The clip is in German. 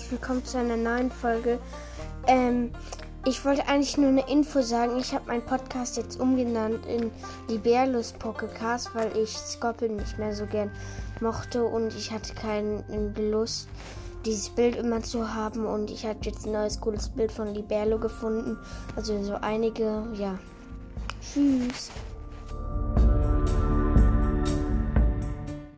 herzlich willkommen zu einer neuen Folge. Ich wollte eigentlich nur eine Info sagen. Ich habe meinen Podcast jetzt umgenannt in Liberlos Podcast, weil ich Scorpion nicht mehr so gern mochte und ich hatte keine Lust, dieses Bild immer zu haben, und ich habe jetzt ein neues cooles Bild von Liberlo gefunden. Also so einige, ja. Tschüss.